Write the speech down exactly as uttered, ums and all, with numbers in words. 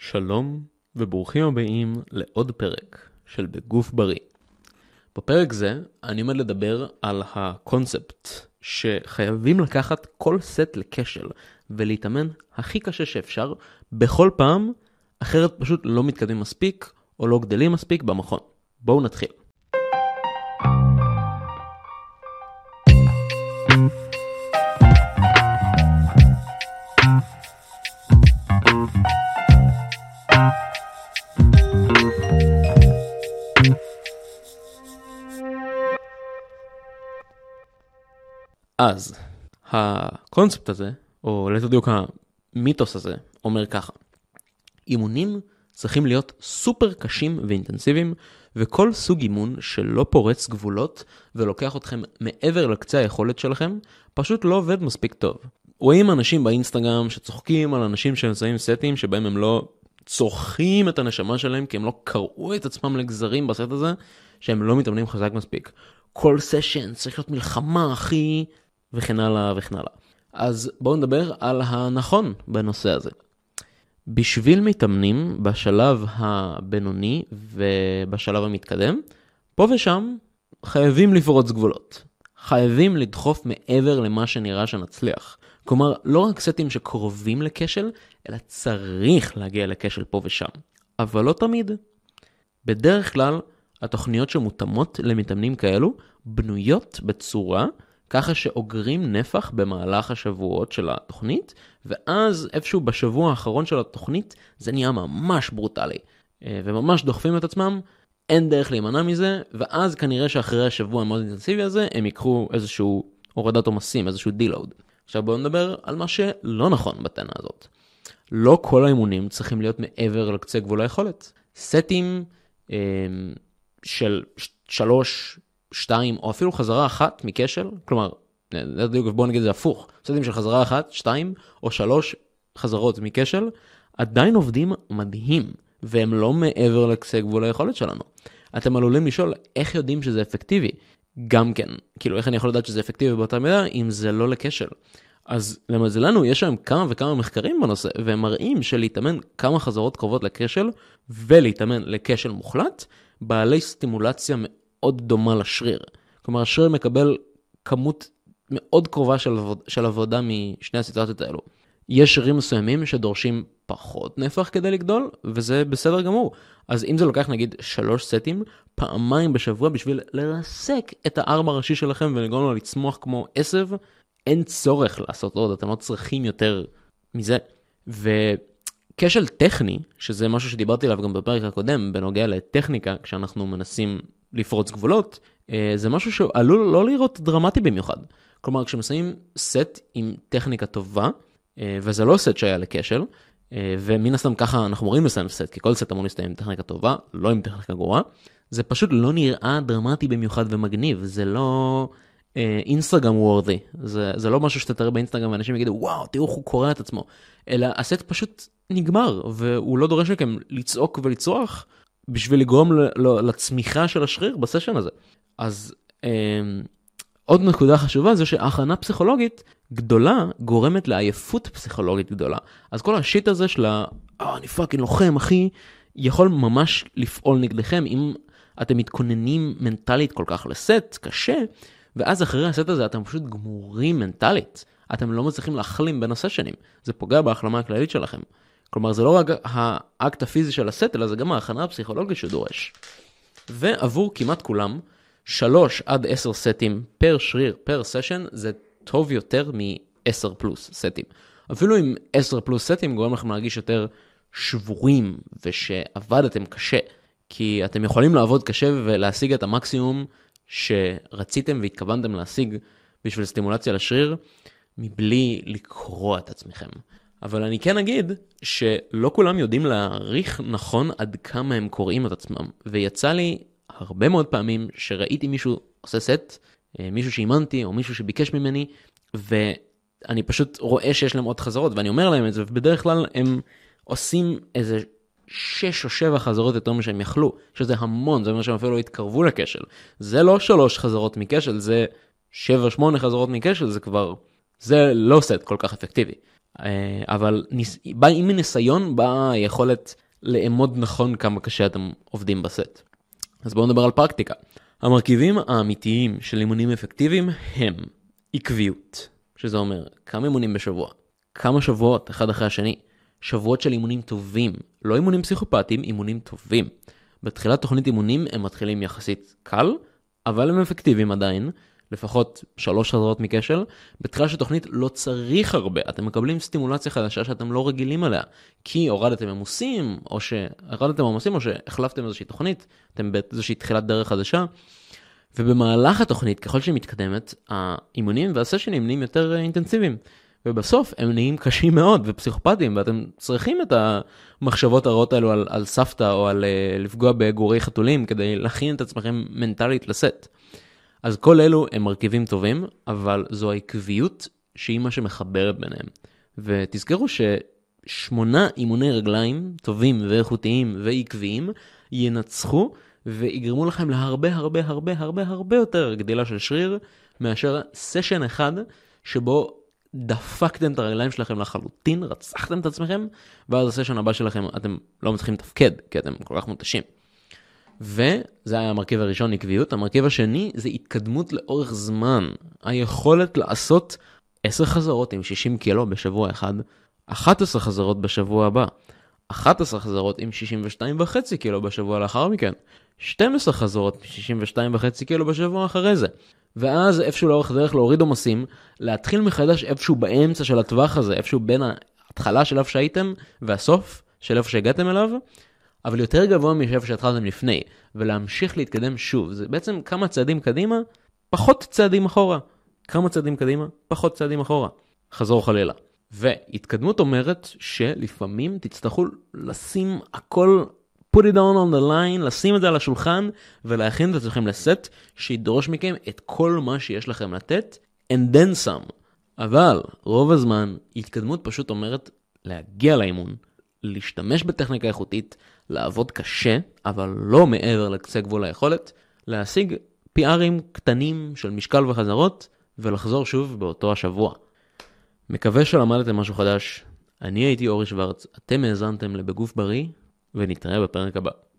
שלום וברוכים הבאים לעוד פרק של בגוף בריא. בפרק זה אני עומד לדבר על הקונספט שחייבים לקחת כל סט לכשל ולהתאמן הכי קשה שאפשר בכל פעם, אחרת פשוט לא מתקדמים מספיק או לא גדלים מספיק במכון. בואו נתחיל. אז הקונספט הזה, או ליתר דיוק המיתוס הזה, אומר ככה: אימונים צריכים להיות סופר קשים ואינטנסיביים, וכל סוג אימון שלא פורץ גבולות ולוקח אתכם מעבר לקצה היכולת שלכם, פשוט לא עובד מספיק טוב. רואים אנשים באינסטגרם שצוחקים על אנשים שנמצאים סטים שבהם הם לא צורכים את הנשמה שלהם, כי הם לא קראו את עצמם לגזרים בסט הזה, שהם לא מתאמנים חזק מספיק. כל סשן צריך להיות מלחמה, אחי, וכן הלאה וכן הלאה. אז בואו נדבר על הנכון בנושא הזה. בשביל מתאמנים בשלב הבינוני ובשלב המתקדם, פה ושם חייבים לפרוץ גבולות. חייבים לדחוף מעבר למה שנראה שנצליח. כלומר, לא רק סטים שקרובים לכשל, אלא צריך להגיע לכשל פה ושם. אבל לא תמיד. בדרך כלל, התוכניות שמותאמות למתאמנים כאלו בנויות בצורה ככה שאוגרים נפח במהלך השבועות של התוכנית, ואז איפשהו בשבוע האחרון של התוכנית זה נהיה ממש ברוטלי, וממש דוחפים את עצמם, אין דרך להימנע מזה, ואז כנראה שאחרי השבוע המאוד אינטנסיבי הזה הם יקחו איזשהו הורדת עומסים, איזשהו דילוד. עכשיו בואו נדבר על מה שלא נכון בטענה הזאת. לא כל האימונים צריכים להיות מעבר לקצה גבול היכולת. סטים אה, של שלוש, שתיים, או אפילו חזרה אחת מכשל, כלומר, בואו נגיד זה הפוך, סטים של חזרה אחת, שתיים, או שלוש חזרות מכשל, עדיין עובדים מדהים, והם לא מעבר לקצה גבול היכולת שלנו. אתם עלולים לשאול איך יודעים שזה אפקטיבי, גם כן, כאילו איך אני יכול לדעת שזה אפקטיבי באותה מידה, אם זה לא לכשל. אז למזלנו יש היום כמה וכמה מחקרים בנושא, והם מראים שלהתאמן כמה חזרות קרובות לכשל, ולהתאמן לכשל מוחלט, בעלי סטימולציה מאוד דומה לשריר. כלומר, השריר מקבל כמות מאוד קרובה של, עבוד, של עבודה משני הסיטואציות האלו. יש שרירים מסוימים שדורשים פחות נפח כדי לגדול, וזה בסדר גמור. אז אם זה לוקח נגיד שלוש סטים, פעמיים בשבוע בשביל לרסק את הארם הראשי שלכם ולגרום לו לצמוח כמו עשב, אין צורך לעשות עוד, אתם לא צריכים יותר מזה. וכשל טכני, שזה משהו שדיברתי עליו גם בפרק הקודם, בנוגע לטכניקה, כשאנחנו מנסים לפרוץ גבולות, זה משהו שעלול לא לראות דרמטי במיוחד. כלומר, כשמסיים סט עם טכניקה טובה, וזה לא סט שהיה לכשל, ומן הסתם ככה אנחנו מורים לסיים סט, כי כל סט אמור להסתיים עם טכניקה טובה, לא עם טכניקה גרועה, זה פשוט לא נראה דרמטי במיוחד ומגניב, זה לא אינסטגרם וורדי, זה, זה לא משהו שאתה תראה באינסטגרם ואנשים יגידו, וואו, תראו הוא קורא את עצמו, אלא הסט פשוט נגמר, והוא לא דורש לכם לצעוק ולצרוח, בשביל לגרום לצמיחה של השריר בסשן הזה. אז עוד נקודה חשובה זה שההכנה פסיכולוגית גדולה גורמת לעייפות פסיכולוגית גדולה. אז כל השיט הזה של ה... אה, אני פאקינג לוחם, אחי, יכול ממש לפעול נגדכם אם אתם מתכוננים מנטלית כל כך לסט קשה, ואז אחרי הסט הזה אתם פשוט גמורים מנטלית. אתם לא מצליחים להחלים בין הסשנים. זה פוגע בהחלמה הכללית שלכם. כלומר, זה לא רק האקט הפיזי של הסט, אלא זה גם ההכנה הפסיכולוגית שדורש. ועבור כמעט כולם, שלוש עד עשר סטים פר שריר, פר סשן, זה טוב יותר מ-עשר פלוס סטים. אפילו עם עשר פלוס סטים גורם לכם להרגיש יותר שבורים, ושעבדתם קשה. כי אתם יכולים לעבוד קשה ולהשיג את המקסימום שרציתם והתכוונתם להשיג בשביל סטימולציה לשריר, מבלי לקרוא את עצמכם. אבל אני כן אגיד שלא כולם יודעים להעריך נכון עד כמה הם קוראים את עצמם. ויצא לי הרבה מאוד פעמים שראיתי מישהו עושה סט, מישהו שאימנתי או מישהו שביקש ממני, ואני פשוט רואה שיש להם עוד חזרות, ואני אומר להם את זה, ובדרך כלל הם עושים איזה שש או שבע חזרות יותר משהם יכלו, שזה המון, זה אומר שהם אפילו לא התקרבו לכשל. זה לא שלוש חזרות מכשל, זה שבע, שמונה חזרות מכשל, זה כבר, זה לא סט כל כך אפקטיבי. אבל בא עם ניסיון, באה היכולת לאמוד נכון כמה קשה אתם עובדים בסט. אז בואו נדבר על פרקטיקה. המרכיבים האמיתיים של אימונים אפקטיביים הם עקביות, שזה אומר כמה אימונים בשבוע, כמה שבועות אחד אחרי השני, שבועות של אימונים טובים, לא אימונים פסיכופטיים, אימונים טובים. בתחילת תוכנית אימונים הם מתחילים יחסית קל, אבל הם אפקטיביים עדיין, לפחות שלוש חזרות מכשל. בתחילה של תוכנית לא צריך הרבה, אתם מקבלים סטימולציה חדשה שאתם לא רגילים עליה, כי הורדתם עמוסים, או שהורדתם עמוסים, או שהחלפתם איזושהי תוכנית, אתם באיזושהי תחילת דרך חדשה, ובמהלך התוכנית, ככל שהיא מתקדמת, האימונים והסשנים נהיים יותר אינטנסיביים, ובסוף הם נהיים קשים מאוד ופסיכופטיים, ואתם צריכים את המחשבות הרעות האלו על, על סבתא, או על uh, לפגוע בגורי חתולים, כדי להכין את עצמכם מנטלית לסט. אז כל אלו הם מרכיבים טובים, אבל זו העקביות שהיא מה שמחברת ביניהם. ותזכרו ששמונה אימוני רגליים טובים ואיכותיים ועקביים ינצחו ויגרמו לכם להרבה הרבה הרבה הרבה הרבה יותר גדילה של שריר מאשר סשן אחד שבו דפקתם את הרגליים שלכם לחלוטין, רצחתם את עצמכם, ואז הסשן הבא שלכם אתם לא מצליחים לתפקד כי אתם כל כך מותשים. וזה היה המרכיב הראשון, עקביות. המרכיב השני זה התקדמות לאורך זמן. היכולת לעשות עשר חזרות עם שישים קילו בשבוע אחד, אחת עשרה חזרות בשבוע הבא, אחת עשרה חזרות עם שישים ושתיים וחצי קילו בשבוע לאחר מכן, שתים עשרה חזרות עם שישים ושתיים וחצי קילו בשבוע אחרי זה. ואז איפשהו לאורך דרך להוריד עומסים, להתחיל מחדש איפשהו באמצע של הטווח הזה, איפשהו בין ההתחלה של איפה שהייתם והסוף של איפה שהגעתם אליו, אבל יותר גבוה מאיפה שהתחלתם לפני, ולהמשיך להתקדם שוב. זה בעצם כמה צעדים קדימה, פחות צעדים אחורה. כמה צעדים קדימה, פחות צעדים אחורה. חזור חלילה. והתקדמות אומרת שלפעמים תצטרכו לשים הכל, put it down on the line, לשים את זה על השולחן, ולהכין את עצמכם לסט, שידרוש מכם את כל מה שיש לכם לתת, and then some. אבל רוב הזמן, התקדמות פשוט אומרת להגיע לאימון, להשתמש בטכניקה איכותית, לעבוד קשה, אבל לא מעבר לקצה גבול היכולת, להשיג פי-ארים קטנים של משקל וחזרות, ולחזור שוב באותו השבוע. מקווה שלמדתם משהו חדש. אני הייתי אורי שוורץ, אתם האזנתם לבגוף בריא, ונתראה בפרק הבא.